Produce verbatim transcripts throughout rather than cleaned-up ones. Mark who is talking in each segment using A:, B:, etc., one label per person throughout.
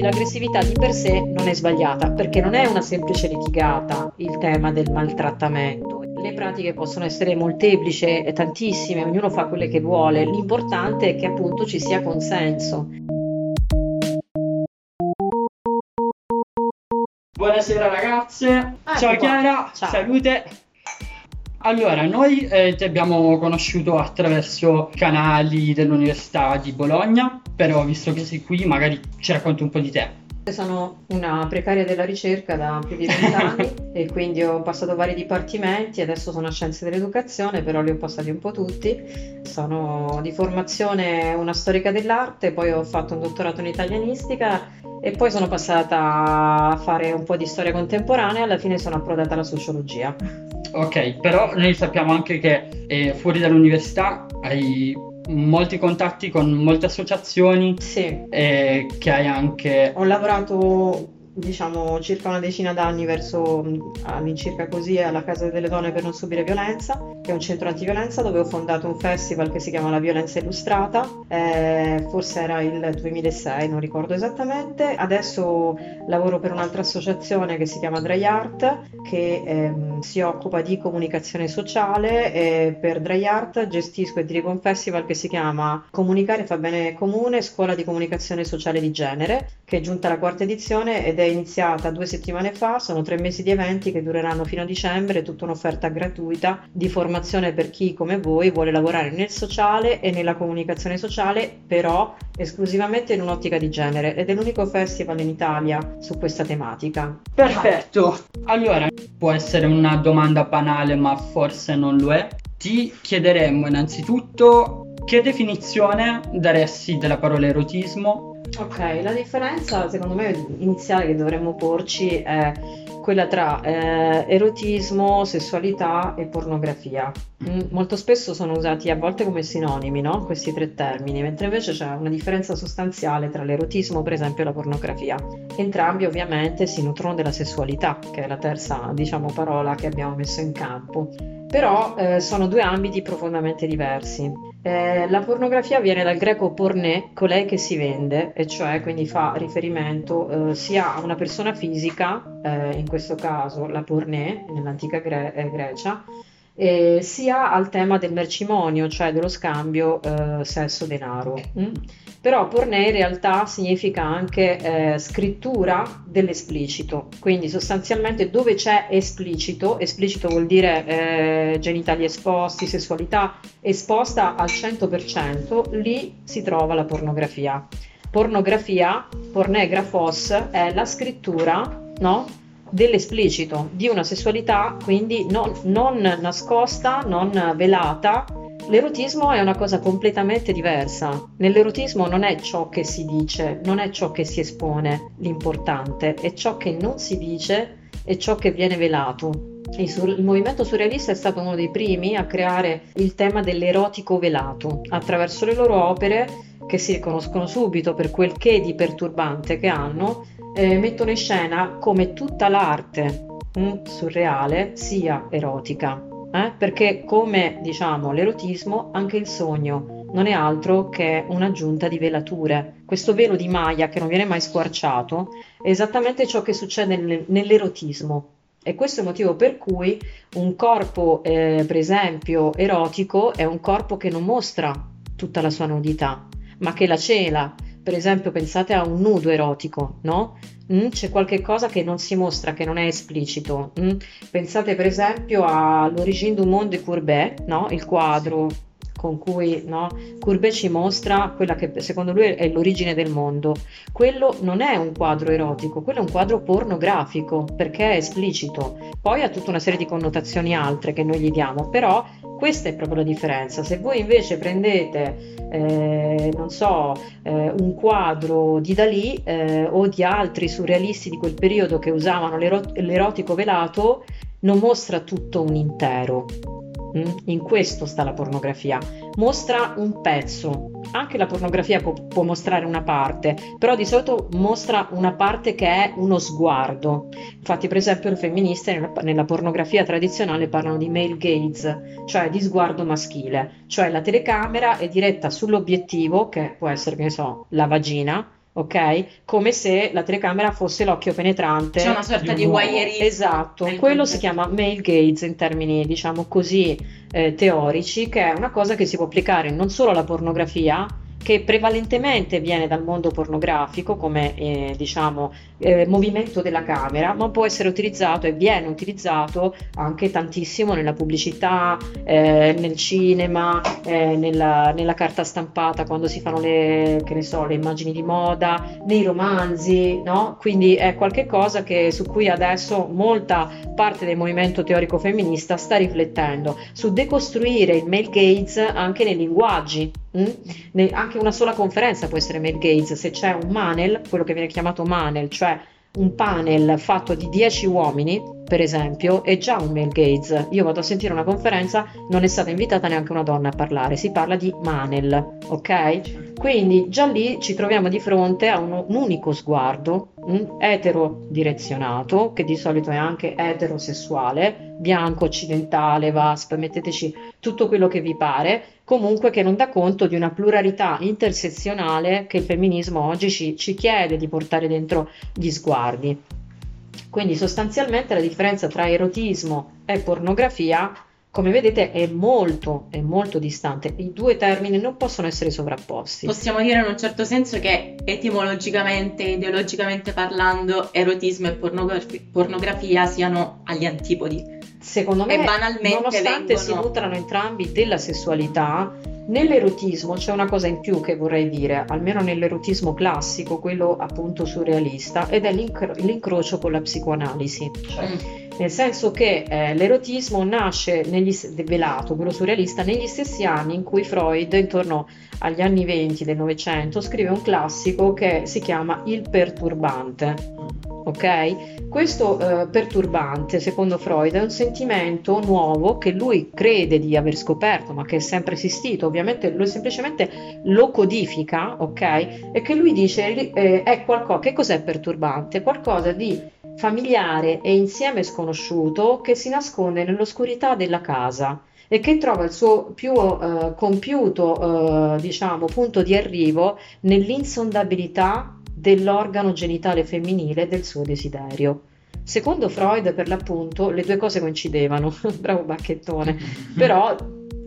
A: l'aggressività di per sé non è sbagliata, perché non è una semplice litigata il tema del maltrattamento. Le pratiche possono essere molteplici e tantissime, ognuno fa quelle che vuole, l'importante è che appunto ci sia consenso.
B: Buonasera ragazze,
A: Ah,
B: ciao
A: ecco qua.
B: Chiara,
A: Ciao.
B: salute. Allora, noi eh, ti abbiamo conosciuto attraverso canali dell'Università di Bologna, però visto che sei qui magari ci racconti un po' di te.
A: Sono una precaria della ricerca da più di vent'anni e quindi ho passato vari dipartimenti, adesso sono a Scienze dell'Educazione, però li ho passati un po' tutti. Sono di formazione una storica dell'arte, poi ho fatto un dottorato in italianistica e poi sono passata a fare un po' di storia contemporanea e alla fine sono approdata alla sociologia.
B: Ok, però noi sappiamo anche che eh, fuori dall'università hai molti contatti con molte associazioni
A: Sì,
B: e che hai anche...
A: ho lavorato diciamo circa una decina d'anni verso mh, all'incirca così alla Casa delle Donne per non subire violenza, che è un centro antiviolenza dove ho fondato un festival che si chiama La Violenza Illustrata, eh, forse era il duemilasei, non ricordo esattamente. Adesso lavoro per un'altra associazione che si chiama Dry Art, che ehm, si occupa di comunicazione sociale e per Dry Art gestisco e dirigo un festival che si chiama Comunicare fa bene comune, Scuola di Comunicazione Sociale di Genere, che è giunta alla quarta edizione ed è iniziata due settimane fa. Sono tre mesi di eventi che dureranno fino a dicembre, tutta un'offerta gratuita di formazione per chi come voi vuole lavorare nel sociale e nella comunicazione sociale, però esclusivamente in un'ottica di genere, ed è l'unico festival in Italia su questa tematica.
B: Perfetto, allora può essere una domanda banale ma forse non lo è. Ti chiederemmo innanzitutto che definizione daresti della parola erotismo?
A: Ok, la differenza secondo me iniziale che dovremmo porci è quella tra eh, erotismo, sessualità e pornografia. Mm, molto spesso sono usati a volte come sinonimi, no? Questi tre termini, mentre invece c'è una differenza sostanziale tra l'erotismo, per esempio, e la pornografia. Entrambi ovviamente si nutrono della sessualità, che è la terza, diciamo, parola che abbiamo messo in campo. Però eh, sono due ambiti profondamente diversi. Eh, la pornografia viene dal greco porné, colei che si vende, e cioè quindi fa riferimento eh, sia a una persona fisica, eh, in questo caso la porné nell'antica Gre- eh, Grecia, eh, sia al tema del mercimonio, cioè dello scambio eh, sesso-denaro. Mm? Però porné in realtà significa anche eh, scrittura dell'esplicito, quindi sostanzialmente dove c'è esplicito, esplicito vuol dire eh, genitali esposti, sessualità esposta al cento per cento, lì si trova la pornografia. Pornografia, pornegrafos, è la scrittura, no? Dell'esplicito, di una sessualità quindi non, non nascosta, non velata. L'erotismo è una cosa completamente diversa. Nell'erotismo non è ciò che si dice, non è ciò che si espone l'importante, è ciò che non si dice e ciò che viene velato. Il, sur- il movimento surrealista è stato uno dei primi a creare il tema dell'erotico velato attraverso le loro opere, che si riconoscono subito per quel che di perturbante che hanno, eh, mettono in scena come tutta l'arte mm, surreale sia erotica. Eh? Perché come diciamo l'erotismo, anche il sogno non è altro che un'aggiunta di velature. Questo velo di Maya che non viene mai squarciato è esattamente ciò che succede nel- nell'erotismo. E questo è il motivo per cui un corpo, eh, per esempio, erotico è un corpo che non mostra tutta la sua nudità, ma che la cela. Per esempio, pensate a un nudo erotico, no? Mm, c'è qualche cosa che non si mostra, che non è esplicito. Mm? Pensate per esempio all'Origine du monde di Courbet, no? Il quadro con cui no? Courbet ci mostra quella che secondo lui è l'origine del mondo. Quello non è un quadro erotico, quello è un quadro pornografico perché è esplicito. Poi ha tutta una serie di connotazioni altre che noi gli diamo, però questa è proprio la differenza. Se voi invece prendete, eh, non so, eh, un quadro di Dalì eh, o di altri surrealisti di quel periodo che usavano l'ero- l'erotico velato, non mostra tutto un intero. Mm? In questo sta la pornografia, mostra un pezzo. Anche la pornografia può, può mostrare una parte, però di solito mostra una parte che è uno sguardo. Infatti, per esempio, le femministe nella, nella pornografia tradizionale parlano di male gaze, cioè di sguardo maschile, cioè la telecamera è diretta sull'obiettivo, che può essere, che ne so, la vagina, ok? Come se la telecamera fosse l'occhio penetrante.
C: C'è una sorta di voyeurismo.
A: Esatto,
C: nel
A: quello si
C: concetto.
A: chiama male gaze in termini, diciamo così, eh, teorici, che è una cosa che si può applicare non solo alla pornografia, che prevalentemente viene dal mondo pornografico come eh, diciamo eh, movimento della camera, ma può essere utilizzato e viene utilizzato anche tantissimo nella pubblicità, eh, nel cinema, eh, nella, nella carta stampata quando si fanno le, che ne so, le immagini di moda, nei romanzi, no? Quindi è qualcosa che, su cui adesso molta parte del movimento teorico femminista sta riflettendo, su decostruire il male gaze anche nei linguaggi. Mm? Ne- anche una sola conferenza può essere male gaze, se c'è un manel, quello che viene chiamato manel, cioè un panel fatto di dieci uomini, per esempio, è già un male gaze. Io vado a sentire una conferenza, non è stata invitata neanche una donna a parlare, si parla di manel, ok? Quindi già lì ci troviamo di fronte a uno- un unico sguardo, mm, eterodirezionato, che di solito è anche eterosessuale, bianco, occidentale, V A S P, metteteci tutto quello che vi pare, comunque che non dà conto di una pluralità intersezionale che il femminismo oggi ci, ci chiede di portare dentro gli sguardi. Quindi sostanzialmente la differenza tra erotismo e pornografia, come vedete, è molto, è molto distante. I due termini non possono essere sovrapposti.
C: Possiamo dire in un certo senso che etimologicamente, ideologicamente parlando, erotismo e pornografi- pornografia siano agli antipodi.
A: Secondo me,
C: E banalmente
A: nonostante si
C: vengono-
A: nutrano entrambi della sessualità, nell'erotismo c'è una cosa in più che vorrei dire, almeno nell'erotismo classico, quello appunto surrealista, ed è l'incro- l'incrocio con la psicoanalisi.
C: Mm.
A: Nel senso che eh, l'erotismo nasce negli, s- velato, quello surrealista, negli stessi anni in cui Freud, intorno agli anni venti del Novecento, scrive un classico che si chiama Il perturbante. Ok? Questo eh, perturbante, secondo Freud, è un sentimento nuovo che lui crede di aver scoperto, ma che è sempre esistito, ovviamente lui semplicemente lo codifica, ok? E che lui dice eh, è qualcosa, che cos'è perturbante? Qualcosa di familiare e insieme sconosciuto che si nasconde nell'oscurità della casa e che trova il suo più eh, compiuto eh, diciamo, punto di arrivo nell'insondabilità dell'organo genitale femminile e del suo desiderio. Secondo Freud, per l'appunto, le due cose coincidevano, bravo bacchettone, però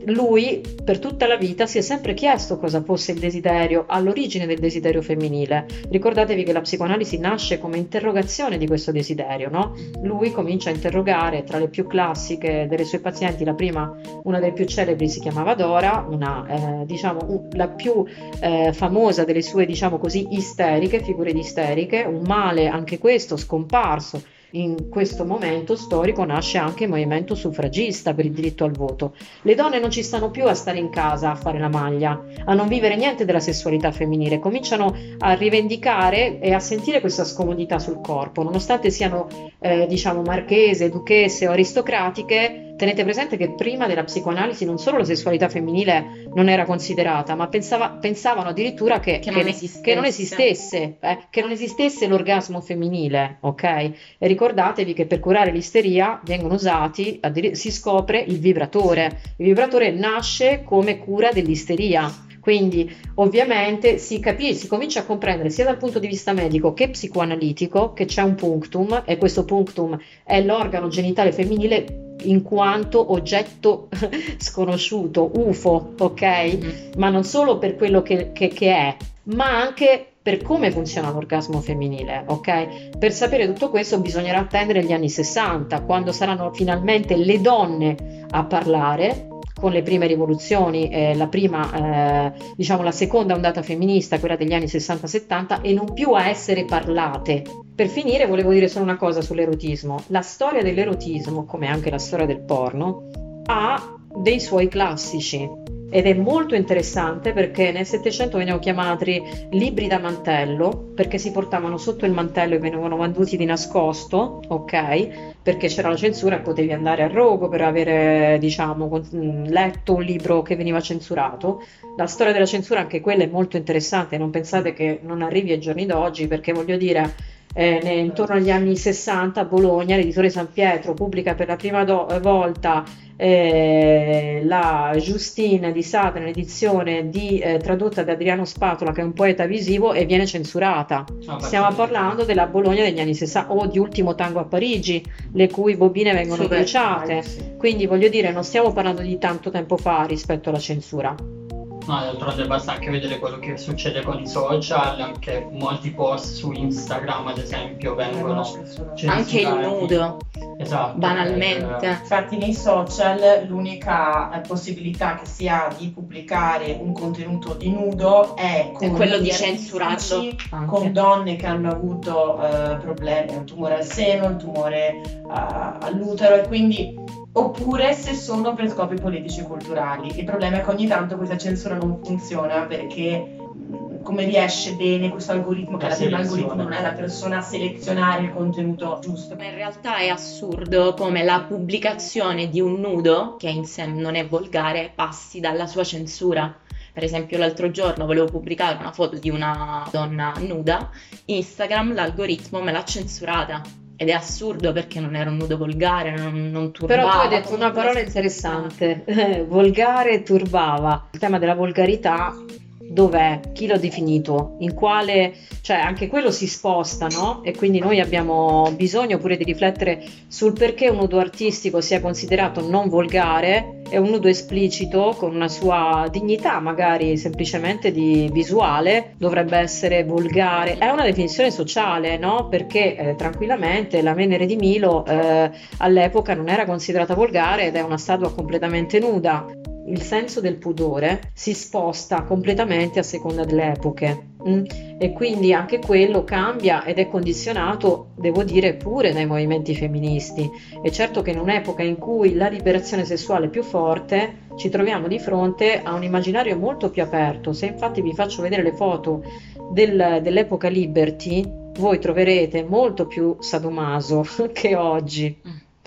A: lui per tutta la vita si è sempre chiesto cosa fosse il desiderio, all'origine del desiderio femminile. Ricordatevi che la psicoanalisi nasce come interrogazione di questo desiderio, no? Lui comincia a interrogare tra le più classiche delle sue pazienti, la prima, una delle più celebri si chiamava Dora, una, eh, diciamo, un- la più eh, famosa delle sue, diciamo così, isteriche, figure di isteriche, un male anche questo scomparso. In questo momento storico nasce anche il movimento suffragista per il diritto al voto. Le donne non ci stanno più a stare in casa a fare la maglia, a non vivere niente della sessualità femminile, cominciano a rivendicare e a sentire questa scomodità sul corpo, nonostante siano eh, diciamo marchese, duchesse o aristocratiche. Tenete presente che prima della psicoanalisi non solo la sessualità femminile non era considerata, ma pensava- pensavano addirittura che,
C: Che non
A: che-
C: esistesse.
A: che non esistesse, eh, che non esistesse l'orgasmo femminile, ok? E ricordatevi che per curare l'isteria vengono usati, addiri- si scopre il vibratore. Il vibratore nasce come cura dell'isteria. Quindi ovviamente si capisce, si comincia a comprendere sia dal punto di vista medico che psicoanalitico che c'è un punctum e questo punctum è l'organo genitale femminile in quanto oggetto sconosciuto, U F O, ok?
C: Mm.
A: Ma non solo per quello che, che- che è, ma anche per come funziona l'orgasmo femminile, ok? Per sapere tutto questo bisognerà attendere gli anni sessanta, quando saranno finalmente le donne a parlare con le prime rivoluzioni, eh, la prima, eh, diciamo la seconda ondata femminista, quella degli anni sessanta settanta, e non più a essere parlate. Per finire volevo dire solo una cosa sull'erotismo. La storia dell'erotismo, come anche la storia del porno, ha dei suoi classici. Ed è molto interessante perché nel Settecento venivano chiamati libri da mantello, perché si portavano sotto il mantello e venivano venduti di nascosto, ok? Perché c'era la censura e potevi andare a rogo per avere, diciamo, con- letto un libro che veniva censurato. La storia della censura, anche quella è molto interessante, non pensate che non arrivi ai giorni d'oggi, perché voglio dire, eh, ne- intorno agli anni sessanta a Bologna l'editore San Pietro pubblica per la prima do- volta eh, la Justine di Sade, un'edizione di, eh, tradotta da Adriano Spatola, che è un poeta visivo, e viene censurata.
B: Ah,
A: Stiamo
B: beh,
A: parlando della Bologna degli anni sessanta o di Ultimo Tango a Parigi, le cui bobine vengono
C: Super.
A: bruciate. Quindi voglio dire, non stiamo parlando di tanto tempo fa rispetto alla censura.
B: No, d'altronde basta anche vedere quello che succede con i social, anche molti post su Instagram ad esempio vengono censurati.
C: Anche il nudo,
B: Esatto.
C: banalmente.
B: eh,
D: Infatti nei social l'unica eh, possibilità che si ha di pubblicare un contenuto di nudo è con
C: È quello di
D: nudi
C: censurarlo
D: artistici,
C: anche.
D: con donne che hanno avuto eh, problemi, un tumore al seno, un tumore eh, all'utero, e quindi oppure se sono per scopi politici e culturali. Il problema è che ogni tanto questa censura non funziona perché mh, come riesce bene questo algoritmo, che
B: La
D: alla fine
B: selezione.
D: l'algoritmo non è la persona a selezionare il contenuto giusto.
C: Ma in realtà è assurdo come la pubblicazione di un nudo, che in sé non è volgare, passi dalla sua censura. Per esempio l'altro giorno volevo pubblicare una foto di una donna nuda, Instagram, l'algoritmo me l'ha censurata. Ed è assurdo perché non era un nudo volgare, non, non turbava.
A: Però tu hai detto una
C: comunque
A: parola
C: la
A: interessante, eh, volgare e turbava. Il tema della volgarità dov'è? Chi l'ha definito? In quale, cioè anche quello si sposta, no? E quindi noi abbiamo bisogno pure di riflettere sul perché un nudo artistico sia considerato non volgare e un nudo esplicito con una sua dignità, magari semplicemente di visuale, dovrebbe essere volgare. È una definizione sociale, no? Perché eh, tranquillamente la Venere di Milo eh, all'epoca non era considerata volgare ed è una statua completamente nuda. Il senso del pudore si sposta completamente a seconda delle epoche, mm? E quindi anche quello cambia ed è condizionato, devo dire, pure dai movimenti femministi. E certo che in un'epoca in cui la liberazione sessuale è più forte ci troviamo di fronte a un immaginario molto più aperto. Se infatti vi faccio vedere le foto del- dell'epoca Liberty, voi troverete molto più sadomaso che oggi.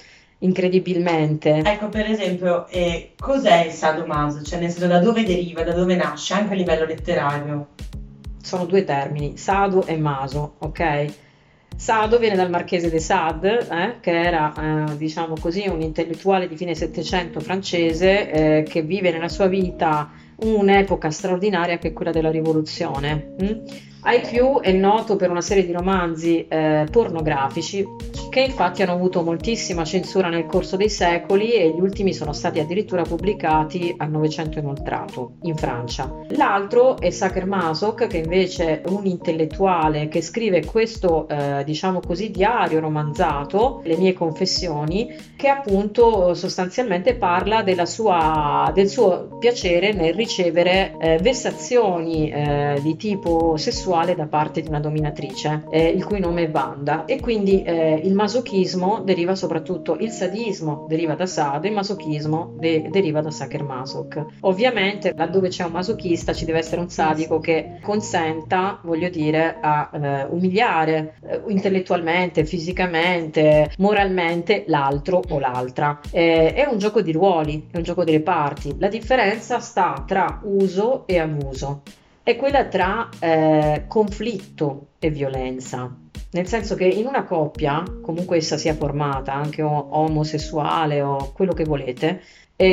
A: Incredibilmente.
D: Ecco, per esempio, eh, cos'è il sadomaso? Cioè, nel senso, da dove deriva, da dove nasce, anche a livello letterario?
A: Sono due termini, sado e maso, ok? Sado viene dal Marchese de Sade, eh, che era, eh, diciamo così, un intellettuale di fine Settecento francese eh, che vive nella sua vita un'epoca straordinaria che è quella della rivoluzione. mm? Ai più è noto per una serie di romanzi eh, pornografici che infatti hanno avuto moltissima censura nel corso dei secoli e gli ultimi sono stati addirittura pubblicati al Novecento inoltrato in Francia. L'altro è Sacher-Masoch, che invece è un intellettuale che scrive questo eh, diciamo così diario romanzato, Le mie confessioni, che appunto sostanzialmente parla della sua, del suo piacere nel ricevere eh, vessazioni eh, di tipo sessuale da parte di una dominatrice, eh, il cui nome è Wanda, e quindi eh, il masochismo deriva soprattutto, il sadismo deriva da Sade, il masochismo de- deriva da Sacher-Masoch. Ovviamente laddove c'è un masochista ci deve essere un sadico che consenta, voglio dire, a eh, umiliare eh, intellettualmente, fisicamente, moralmente l'altro o l'altra. Eh, è un gioco di ruoli, è un gioco di reparti. La differenza sta tra uso e abuso. È quella tra eh, conflitto e violenza. Nel senso che in una coppia, comunque essa sia formata, anche o- omosessuale o quello che volete,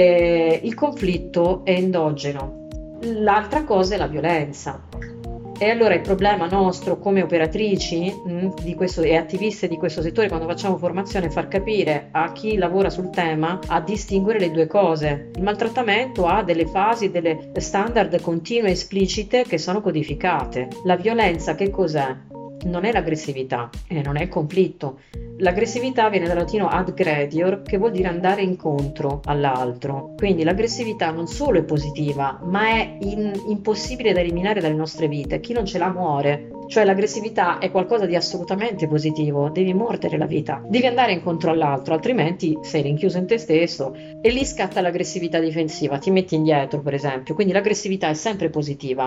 A: eh, il conflitto è endogeno. L'altra cosa è la violenza. E allora il problema nostro come operatrici mh, di questo, e attiviste di questo settore, quando facciamo formazione, è far capire a chi lavora sul tema a distinguere le due cose. Il maltrattamento ha delle fasi, delle standard continue esplicite che sono codificate. La violenza che cos'è? Non è l'aggressività e non è il conflitto. L'aggressività viene dal latino ad gredior, che vuol dire andare incontro all'altro. Quindi l'aggressività non solo è positiva, ma è in- impossibile da eliminare dalle nostre vite. Chi non ce l'ha muore. Cioè l'aggressività è qualcosa di assolutamente positivo, devi mordere la vita, devi andare incontro all'altro, altrimenti sei rinchiuso in te stesso e lì scatta l'aggressività difensiva, ti metti indietro per esempio. Quindi l'aggressività è sempre positiva.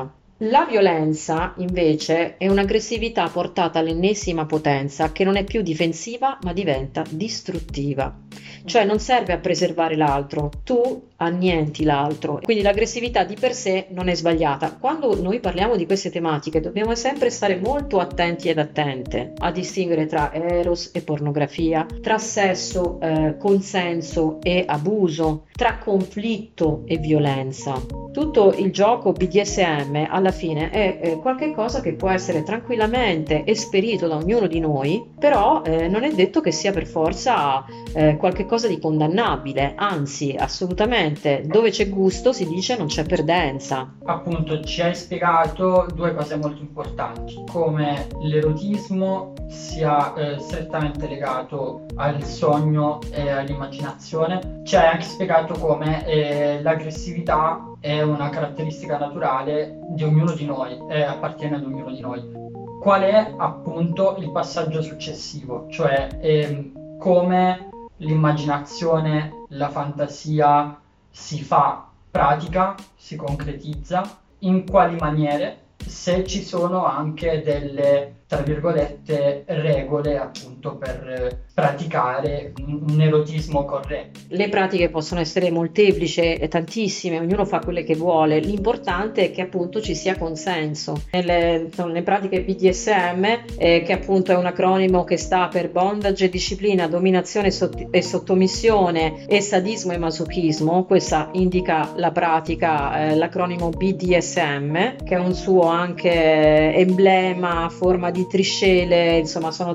A: La violenza, invece, è un'aggressività portata all'ennesima potenza che non è più difensiva ma diventa distruttiva. Cioè non serve a preservare l'altro, tu annienti l'altro. Quindi l'aggressività di per sé non è sbagliata. Quando noi parliamo di queste tematiche dobbiamo sempre stare molto attenti ed attente a distinguere tra eros e pornografia, tra sesso, eh, consenso e abuso, tra conflitto e violenza. Tutto il gioco B D S M alla fine è eh, qualche cosa che può essere tranquillamente esperito da ognuno di noi, però eh, non è detto che sia per forza eh, qualche cosa di condannabile, anzi assolutamente, dove c'è gusto si dice non c'è perdenza.
B: Appunto ci hai spiegato due cose molto importanti, come l'erotismo sia eh, strettamente legato al sogno e all'immaginazione, ci hai anche spiegato come eh, l'aggressività è una caratteristica naturale di ognuno di noi e appartiene ad ognuno di noi. Qual è appunto il passaggio successivo, cioè ehm, come l'immaginazione, la fantasia si fa pratica, si concretizza, in quali maniere, se ci sono anche delle, tra virgolette, regole appunto per praticare un erotismo corretto.
A: Le pratiche possono essere molteplici e tantissime, ognuno fa quelle che vuole, l'importante è che appunto ci sia consenso. Nelle, nelle pratiche B D S M, eh, che appunto è un acronimo che sta per bondage e disciplina, dominazione sott- e sottomissione e sadismo e masochismo, questa indica la pratica, eh, l'acronimo B D S M, che è un suo anche emblema a forma di triscele, insomma sono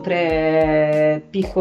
A: tre piccoli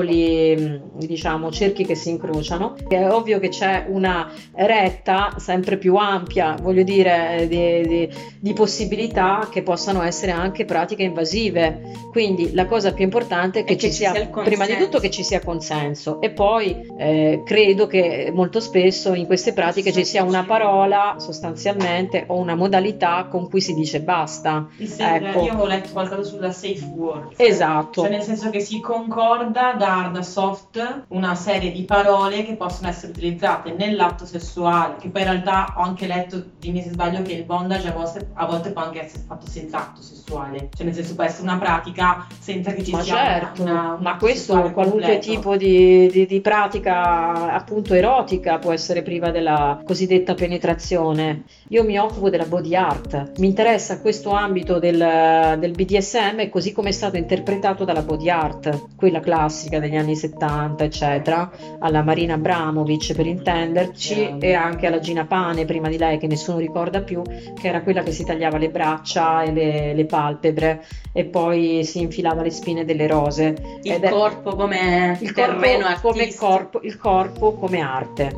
A: diciamo cerchi che si incrociano. È ovvio che c'è una retta sempre più ampia, voglio dire, di, di, di possibilità che possano essere anche pratiche invasive, quindi la cosa più importante è che,
C: che
A: ci sia,
C: sia
A: prima di tutto che ci sia consenso, e poi eh, credo che molto spesso in queste pratiche ci sia una parola sostanzialmente o una modalità con cui si dice basta.
D: Ecco. Io avevo letto qualcosa sulla safe word,
A: esatto,
D: cioè nel senso che si concorda da hard a soft una serie di parole che possono essere utilizzate nell'atto sessuale, che poi in realtà ho anche letto, dimmi se sbaglio, che il bondage a volte, a volte può anche essere fatto senza atto sessuale, cioè nel senso può essere una pratica senza che ci
A: ma
D: sia
A: certo,
D: una, una, un
A: ma
D: atto
A: questo
D: sessuale
A: qualunque
D: completo.
A: tipo di, di, di pratica appunto erotica può essere priva della cosiddetta penetrazione. Io mi occupo della body art, mi interessa questo ambito del, del B D S M così come è stato interpretato dalla body art, quella classica degli anni settanta eccetera, alla Marina Abramovic per intenderci,
D: Yeah.
A: e anche alla Gina Pane prima di lei, che nessuno ricorda più, che era quella che si tagliava le braccia e le, le palpebre e poi si infilava le spine delle rose.
C: Il
A: Ed è-
C: corpo come
A: il
C: terreno
A: corpo come
C: artistico.
A: corpo, il corpo come arte,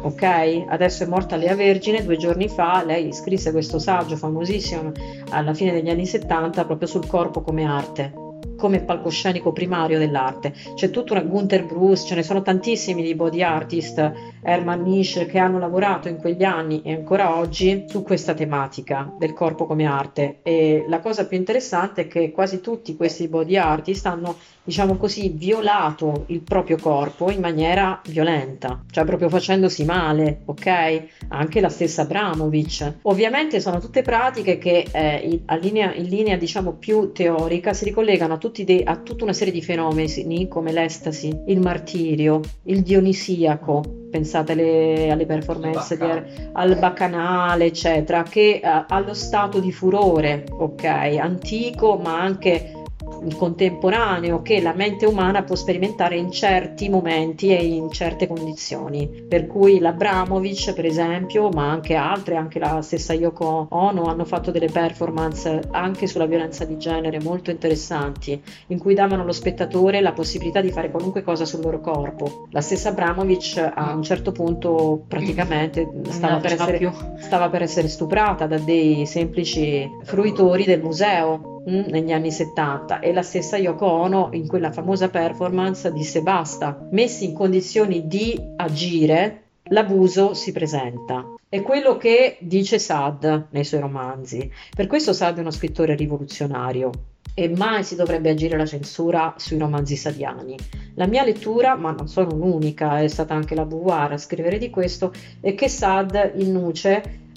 A: ok? Adesso è morta Lea Vergine, due giorni fa lei scrisse questo saggio famosissimo alla fine degli anni settanta proprio sul corpo come arte, come palcoscenico primario dell'arte. C'è tutta una Gunther Bruce, ce ne sono tantissimi di body artist, Hermann Nisch, che hanno lavorato in quegli anni e ancora oggi su questa tematica del corpo come arte. E la cosa più interessante è che quasi tutti questi body artist hanno, diciamo così, violato il proprio corpo in maniera violenta, cioè proprio facendosi male, ok? Anche la stessa Abramovic. Ovviamente sono tutte pratiche che eh, in, a linea, in linea diciamo più teorica si ricollegano a, tutti dei, a tutta una serie di fenomeni come l'estasi, il martirio, il dionisiaco, pensate alle, alle performance di, al bacchanale eccetera, che eh, allo stato di furore, ok, antico ma anche contemporaneo, che la mente umana può sperimentare in certi momenti e in certe condizioni, per cui l'Abramovic per esempio, ma anche altre, anche la stessa Yoko Ono, hanno fatto delle performance anche sulla violenza di genere molto interessanti, in cui davano allo spettatore la possibilità di fare qualunque cosa sul loro corpo. La stessa Abramovic a un certo punto praticamente stava per essere, stava per essere stuprata da dei semplici fruitori del museo negli anni settanta, e la stessa Yoko Ono in quella famosa performance disse basta, messi in condizioni di agire l'abuso si presenta. È quello che dice Sade nei suoi romanzi. Per questo Sade è uno scrittore rivoluzionario e mai si dovrebbe agire la censura sui romanzi sadiani. La mia lettura, ma non sono l'unica, è stata anche la Beauvoir a scrivere di questo, è che Sade in Nuce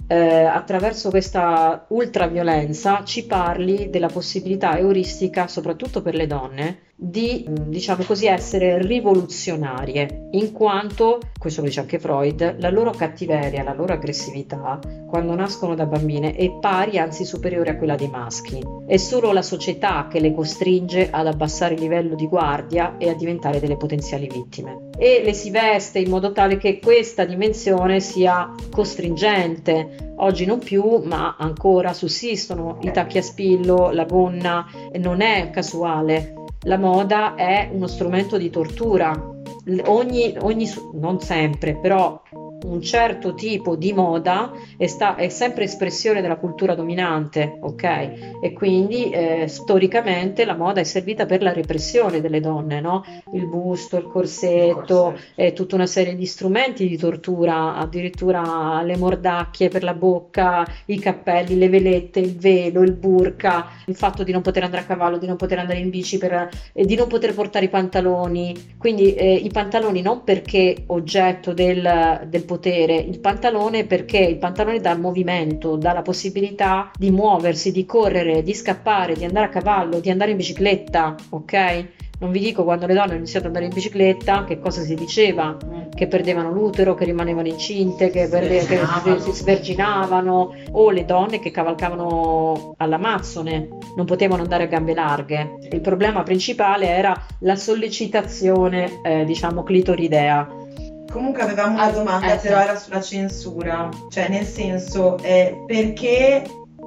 A: eh, attraverso questa ultraviolenza ci parli della possibilità euristica, soprattutto per le donne, di, diciamo così, essere rivoluzionarie, in quanto, questo lo dice anche Freud, la loro cattiveria, la loro aggressività, quando nascono da bambine, è pari, anzi superiore a quella dei maschi. È solo la società che le costringe ad abbassare il livello di guardia e a diventare delle potenziali vittime. E le si veste in modo tale che questa dimensione sia costringente. Oggi non più, ma ancora sussistono i tacchi a spillo, la gonna, non è casuale. La moda è uno strumento di tortura. Ogni, ogni, non sempre, però un certo tipo di moda è, sta, è sempre espressione della cultura dominante, ok? E quindi eh, storicamente la moda è servita per la repressione delle donne, no? Il busto, il corsetto, e tutta una serie di strumenti di tortura, addirittura le mordacchie per la bocca, i cappelli, le velette, il velo, il burka, il fatto di non poter andare a cavallo, di non poter andare in bici per, e di non poter portare i pantaloni. Quindi eh, i pantaloni non perché oggetto del, del potere, il pantalone perché il pantalone dà movimento, dà la possibilità di muoversi, di correre, di scappare, di andare a cavallo, di andare in bicicletta, ok? Non vi dico quando le donne hanno iniziato ad andare in bicicletta che cosa si diceva, che perdevano l'utero, che rimanevano incinte, che, perde- che si sverginavano, o le donne che cavalcavano all'Amazzone, non potevano andare a gambe larghe. Il problema principale era la sollecitazione, eh, diciamo, clitoridea.
D: Comunque avevamo una domanda,
C: eh, sì.
D: però era sulla censura, cioè nel senso eh, perché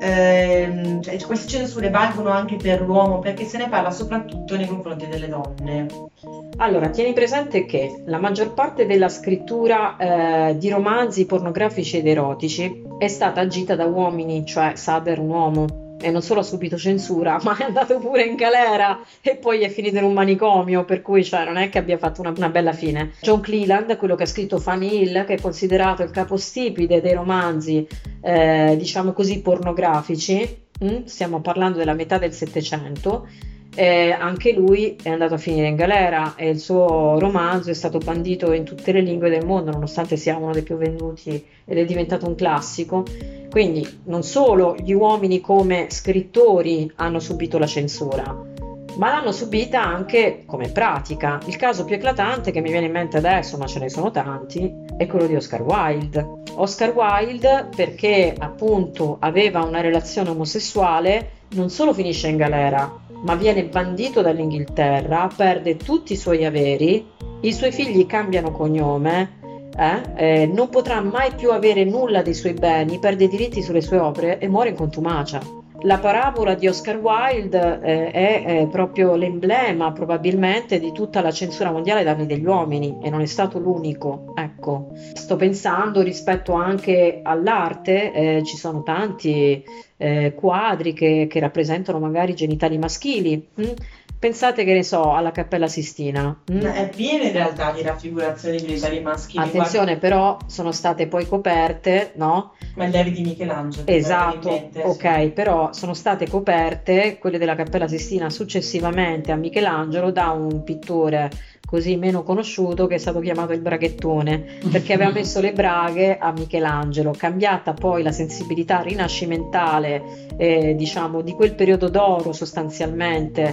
D: ehm, cioè, queste censure valgono anche per l'uomo, perché se ne parla soprattutto nei confronti delle donne.
A: Allora, tieni presente che la maggior parte della scrittura eh, di romanzi pornografici ed erotici è stata agita da uomini, cioè Sader un uomo. E non solo ha subito censura, ma è andato pure in galera e poi è finito in un manicomio, per cui cioè, non è che abbia fatto una, una bella fine. John Cleland, quello che ha scritto Fanny Hill, che è considerato il capostipite dei romanzi, eh, diciamo così, pornografici, mm? Stiamo parlando della metà del Settecento, eh, anche lui è andato a finire in galera e il suo romanzo è stato bandito in tutte le lingue del mondo, nonostante sia uno dei più venduti ed è diventato un classico. Quindi non solo gli uomini come scrittori hanno subito la censura, ma l'hanno subita anche come pratica. Il caso più eclatante che mi viene in mente adesso, ma ce ne sono tanti, è quello di Oscar Wilde. Oscar Wilde, perché appunto aveva una relazione omosessuale, non solo finisce in galera, ma viene bandito dall'Inghilterra, perde tutti i suoi averi, i suoi figli cambiano cognome, Eh? Eh, non potrà mai più avere nulla dei suoi beni, perde i diritti sulle sue opere e muore in contumacia. La parabola di Oscar Wilde eh, è, è proprio l'emblema probabilmente di tutta la censura mondiale ai danni degli uomini e non è stato l'unico. Ecco, sto pensando rispetto anche all'arte, eh, ci sono tanti eh, quadri che, che rappresentano magari genitali maschili. Hm? Pensate, che ne so, alla Cappella Sistina. Mm?
D: È piena in realtà di raffigurazioni genitali maschili.
A: Attenzione,
D: guarda,
A: però sono state poi coperte, no?
D: ma gli avi di Michelangelo.
A: Esatto,
D: probabilmente,
A: ok,
D: sì.
A: però sono state coperte, quelle della Cappella Sistina, successivamente a Michelangelo da un pittore così meno conosciuto che è stato chiamato il braghettone, perché aveva messo le braghe a Michelangelo. Cambiata poi la sensibilità rinascimentale, eh, diciamo, di quel periodo d'oro sostanzialmente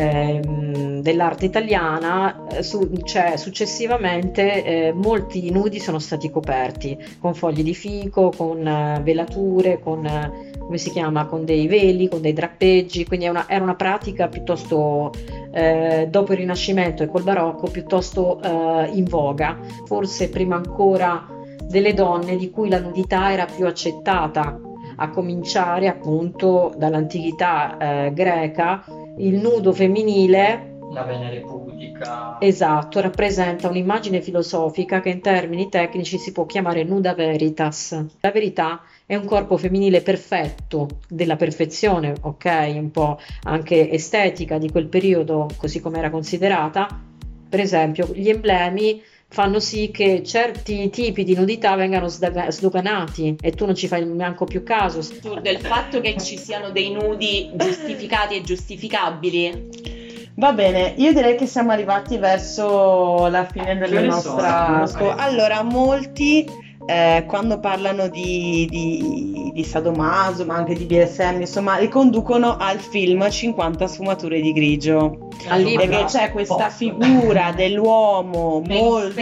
A: ehm, dell'arte italiana, eh, su, cioè, successivamente eh, molti nudi sono stati coperti con fogli di fico, con eh, velature, con eh, come si chiama, con dei veli, con dei drappeggi, quindi è una, era una pratica piuttosto eh, dopo il Rinascimento e col Barocco piuttosto eh, in voga, forse prima ancora delle donne di cui la nudità era più accettata, a cominciare appunto dall'antichità eh, greca. Il nudo femminile,
B: la Venere pudica,
A: esatto, rappresenta un'immagine filosofica che in termini tecnici si può chiamare nuda veritas. La verità è un corpo femminile perfetto, della perfezione, ok, un po' anche estetica di quel periodo, così come era considerata. Per esempio, gli emblemi fanno sì che certi tipi di nudità vengano sdaga- sdoganati e tu non ci fai neanche più caso.
C: Assurdo il fatto che ci siano dei nudi giustificati e giustificabili.
D: Va bene, io direi che siamo arrivati verso la fine della
B: Che ore
D: nostra...
B: sono?
D: Allora, molti eh, quando parlano di, di, di sadomaso, ma anche di B D S M, insomma, riconducono al film cinquanta sfumature di grigio.
A: Al libro.
D: Perché c'è questa figura dell'uomo molto,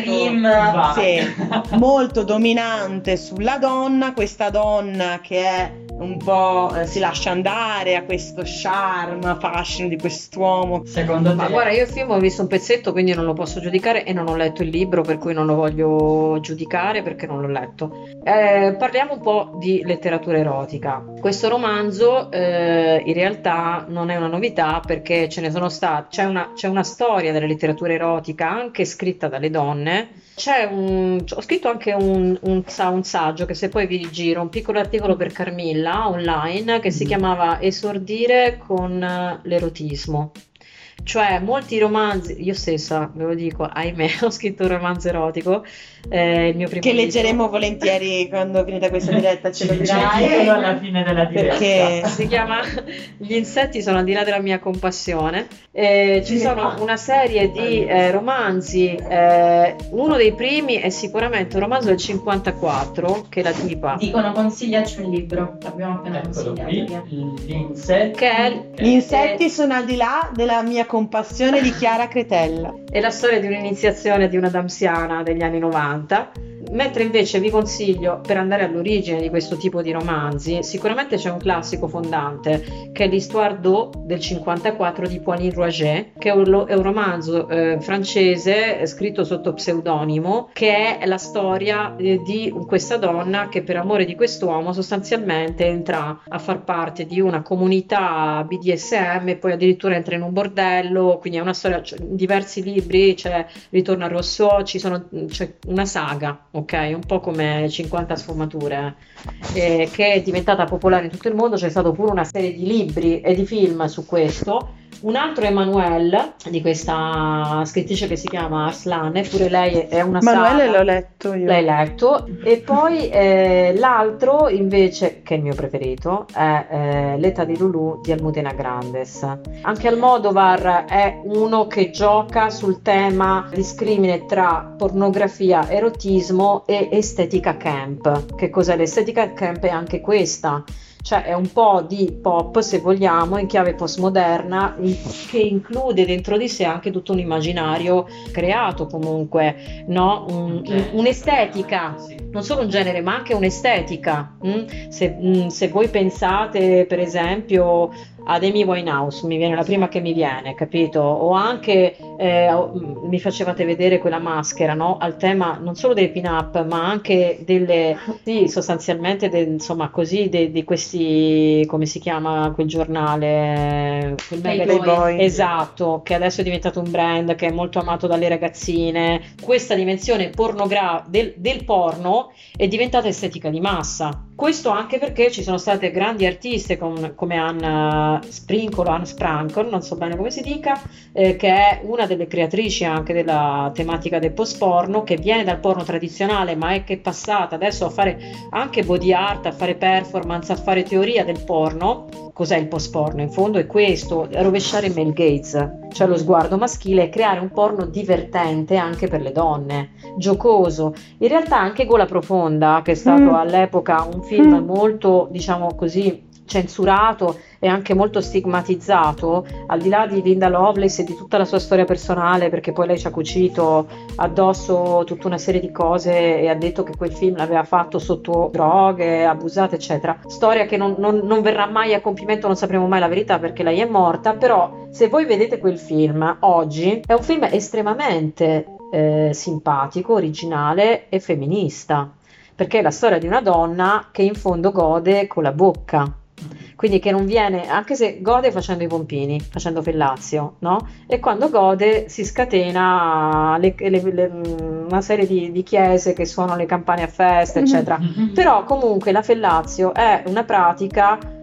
D: sì, molto dominante sulla donna, questa donna che è un po' eh, si lascia andare a questo charme, fascino di quest'uomo.
B: Secondo te?
A: Ma guarda, io il film ho visto un pezzetto, quindi non lo posso giudicare, e non ho letto il libro, per cui non lo voglio giudicare perché non l'ho letto. Eh, parliamo un po' di letteratura erotica. Questo romanzo eh, in realtà non è una novità, perché ce ne sono state, c'è una, c'è una storia della letteratura erotica anche scritta dalle donne. C'è un, ho scritto anche un, un, un saggio che se poi vi giro, un piccolo articolo per Carmilla online che si chiamava Esordire con l'erotismo. Cioè molti romanzi, io stessa ve lo dico, ahimè, ho scritto un romanzo erotico, eh, il mio primo
D: che
A: libro.
D: leggeremo volentieri quando finita questa diretta, ce lo dirai
B: Diccelo alla fine della diretta.
D: perché
A: Si chiama Gli insetti sono al di là della mia compassione. Eh, ci sono una serie di eh, romanzi, eh, uno dei primi è sicuramente un romanzo del cinquantaquattro che la tipa
C: Dicono consigliaci un libro, l'abbiamo appena
B: Eccolo
C: consigliato.
B: qui, gli insetti.
A: che è,
D: gli insetti sono al di là della mia compassione di Chiara Cretella.
A: è la storia di un'iniziazione di una damsiana degli anni novanta. Mentre invece vi consiglio, per andare all'origine di questo tipo di romanzi, sicuramente c'è un classico fondante che è l'Histoire d'eau del cinquantaquattro di Pauline Roget, che è un, è un romanzo eh, francese eh, scritto sotto pseudonimo, che è la storia eh, di questa donna che per amore di quest'uomo sostanzialmente entra a far parte di una comunità B D S M e poi addirittura entra in un bordello. Quindi è una storia, cioè, in diversi libri c'è Ritorno a Rousseau, ci sono, c'è una saga, ok, un po' come cinquanta sfumature, eh, che è diventata popolare in tutto il mondo. C'è stato pure una serie di libri e di film su questo. Un altro Emmanuelle, di questa scrittrice che si chiama Arslan, pure lei è una
D: Manuele
A: saga.
D: l'ho letto io.
A: L'hai letto. E poi eh, l'altro invece, che è il mio preferito, è eh, L'età di Lulu di Almudena Grandes. Anche Almodovar è uno che gioca sul tema discrimine tra pornografia, erotismo e estetica camp. Che cos'è l'estetica camp? È anche questa. Cioè è un po' di pop, se vogliamo, in chiave postmoderna, in- che include dentro di sé anche tutto un immaginario creato comunque, no? Un- un- un'estetica, non solo un genere, ma anche un'estetica. mm? Se, mm, se voi pensate, per esempio, ad Amy Winehouse, mi viene la prima che mi viene, capito? O anche eh, o- mi facevate vedere quella maschera, no? Al tema non solo dei pin-up, ma anche delle, sì, sostanzialmente, de- insomma, così, de- di questi, come si chiama quel giornale? Quel mega-
D: Playboy.
A: Esatto, che adesso è diventato un brand che è molto amato dalle ragazzine. Questa dimensione pornogra- del, del porno è diventata estetica di massa. Questo anche perché ci sono state grandi artiste com- come Anna Sprinkle, Anne Sprankle, non so bene come si dica, eh, che è una delle creatrici anche della tematica del post porno, che viene dal porno tradizionale ma è che è passata adesso a fare anche body art, a fare performance, a fare teoria del porno. Cos'è il post porno? In fondo è questo, rovesciare il male gaze, cioè lo sguardo maschile, e creare un porno divertente anche per le donne, giocoso. In realtà anche Gola Profonda, che è stato
D: Mm.
A: all'epoca un film
D: Mm.
A: molto, diciamo così, censurato e anche molto stigmatizzato, al di là di Linda Lovelace e di tutta la sua storia personale, perché poi lei ci ha cucito addosso tutta una serie di cose e ha detto che quel film l'aveva fatto sotto droghe, abusate, eccetera. Storia che non, non- non verrà mai a compimento, non sapremo mai la verità perché lei è morta. Però se voi vedete quel film oggi, è un film estremamente eh, simpatico, originale e femminista, perché è la storia di una donna che in fondo gode con la bocca. Quindi che non viene, anche se gode facendo i pompini, facendo fellazio, no? E quando gode si scatena le- le- le- una serie di, di chiese che suonano le campane a festa, eccetera. Però comunque la fellazio è una pratica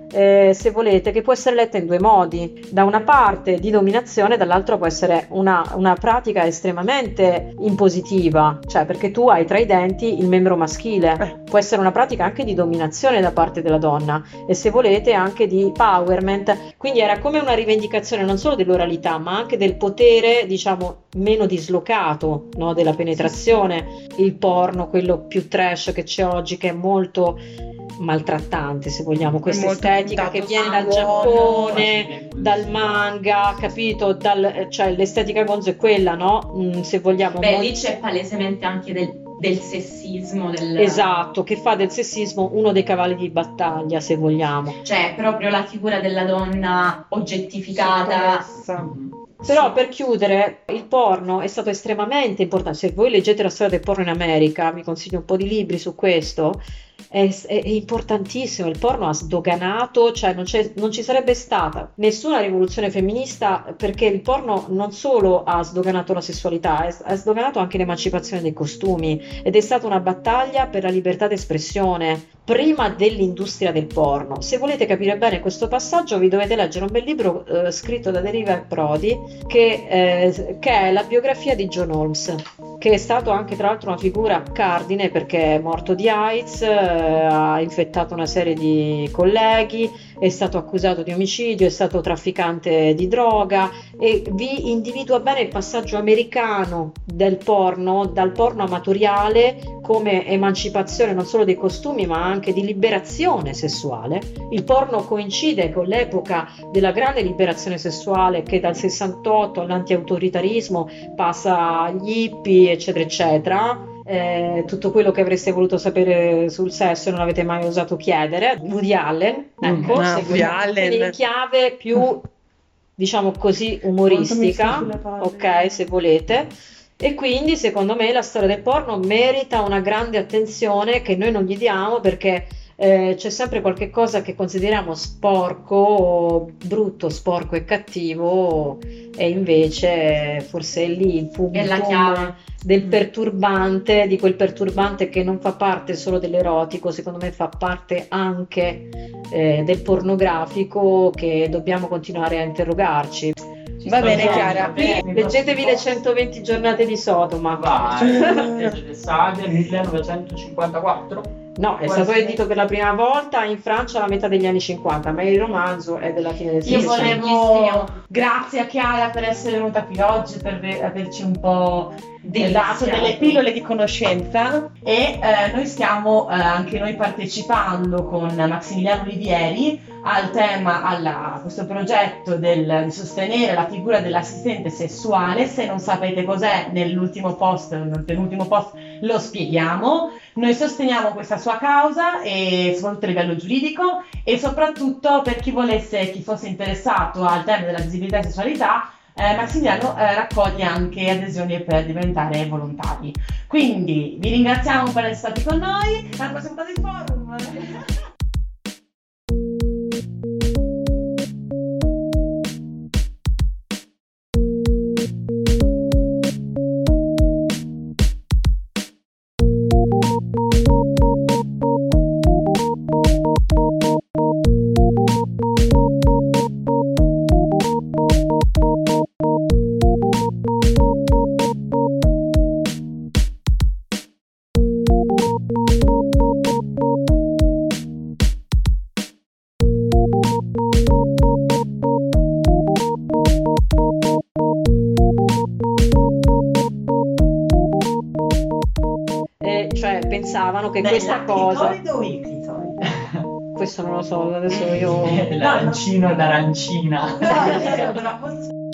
A: eh, se volete, che può essere letta in due modi. Da una parte di dominazione, dall'altro può essere una, una pratica estremamente impositiva, cioè perché tu hai tra i denti il membro maschile. Può essere una pratica anche di dominazione da parte della donna e, se volete, anche di empowerment. Quindi era come una rivendicazione non solo dell'oralità, ma anche del potere, diciamo, meno dislocato, no? Della penetrazione. Il porno, quello più trash che c'è oggi, che è molto maltrattante, se vogliamo, questa
D: Molto
A: estetica che
D: puntato
A: viene dal
D: sull'uomo,
A: Giappone, dal manga, capito? Dal, cioè l'estetica gonzo è quella, no? Mm, se vogliamo.
C: Beh,
A: molto-
C: lì c'è palesemente anche del, del sessismo, del...
A: Esatto, che fa del sessismo uno dei cavalli di battaglia, se vogliamo.
C: Cioè, proprio la figura della donna oggettificata.
A: Però, per chiudere, il porno è stato estremamente importante. Se voi leggete la storia del porno in America, vi consiglio un po' di libri su questo. È, è- è importantissimo. Il porno ha sdoganato, cioè non, c'è- non ci sarebbe stata nessuna rivoluzione femminista, perché il porno non solo ha sdoganato la sessualità, è- ha sdoganato anche l'emancipazione dei costumi, ed è stata una battaglia per la libertà d'espressione prima dell'industria del porno. Se volete capire bene questo passaggio, vi dovete leggere un bel libro eh, scritto da Deriva Brody, che, eh, che è la biografia di John Holmes, che è stato anche tra l'altro una figura cardine, perché è morto di AIDS, eh, ha infettato una serie di colleghi, è stato accusato di omicidio, è stato trafficante di droga, e vi individua bene il passaggio americano del porno, dal porno amatoriale come emancipazione non solo dei costumi, ma anche di liberazione sessuale. Il porno coincide con l'epoca della grande liberazione sessuale, che dal sessantotto all'antiautoritarismo passa agli hippie, eccetera eccetera. Eh, tutto quello che avreste voluto sapere sul sesso e non avete mai osato chiedere. Woody Allen, ecco,
D: Ah,
A: se
D: Woody
A: vogliamo,
D: Allen.
A: in chiave più, diciamo così, umoristica, ok, se volete. E quindi secondo me la storia del porno merita una grande attenzione che noi non gli diamo, perché eh, c'è sempre qualche cosa che consideriamo sporco, brutto, sporco e cattivo, e invece forse è lì il punto
C: È la chiave.
A: del perturbante, di quel perturbante che non fa parte solo dell'erotico, secondo me fa parte anche eh, del pornografico, che dobbiamo continuare a interrogarci.
D: Va bene, Chiara.
A: Leggetevi le centoventi giornate di Sodoma.
B: Vai, leggete Saghe millenovecentocinquantaquattro.
A: No, è
B: Può
A: stato
B: essere-
A: edito per la prima volta in Francia alla metà degli anni cinquanta, ma il romanzo è della fine del
D: Io
A: Settecento.
D: volevo, grazie a Chiara per essere venuta qui oggi, per ve- averci un po' dato delle pillole di conoscenza, e eh, noi stiamo eh, anche noi partecipando con Massimiliano Olivieri al tema, alla- a questo progetto del- di sostenere la figura dell'assistente sessuale. Se non sapete cos'è, nell'ultimo post, nel penultimo post lo spieghiamo. Noi sosteniamo questa sua causa, e soprattutto a livello giuridico, e soprattutto per chi volesse, chi fosse interessato al tema della visibilità e sessualità, eh, Massimiliano eh, raccoglie anche adesioni per diventare volontari. Quindi vi ringraziamo per essere stati con noi. Alla prossima puntata di Forum.
A: Eh, cioè pensavano che
D: Dai,
A: questa
D: la
A: cosa,
D: clitoride o il clitoride?
A: questo non lo so, adesso io
B: L'arancino d'arancina.
D: No, è vero, ma forse-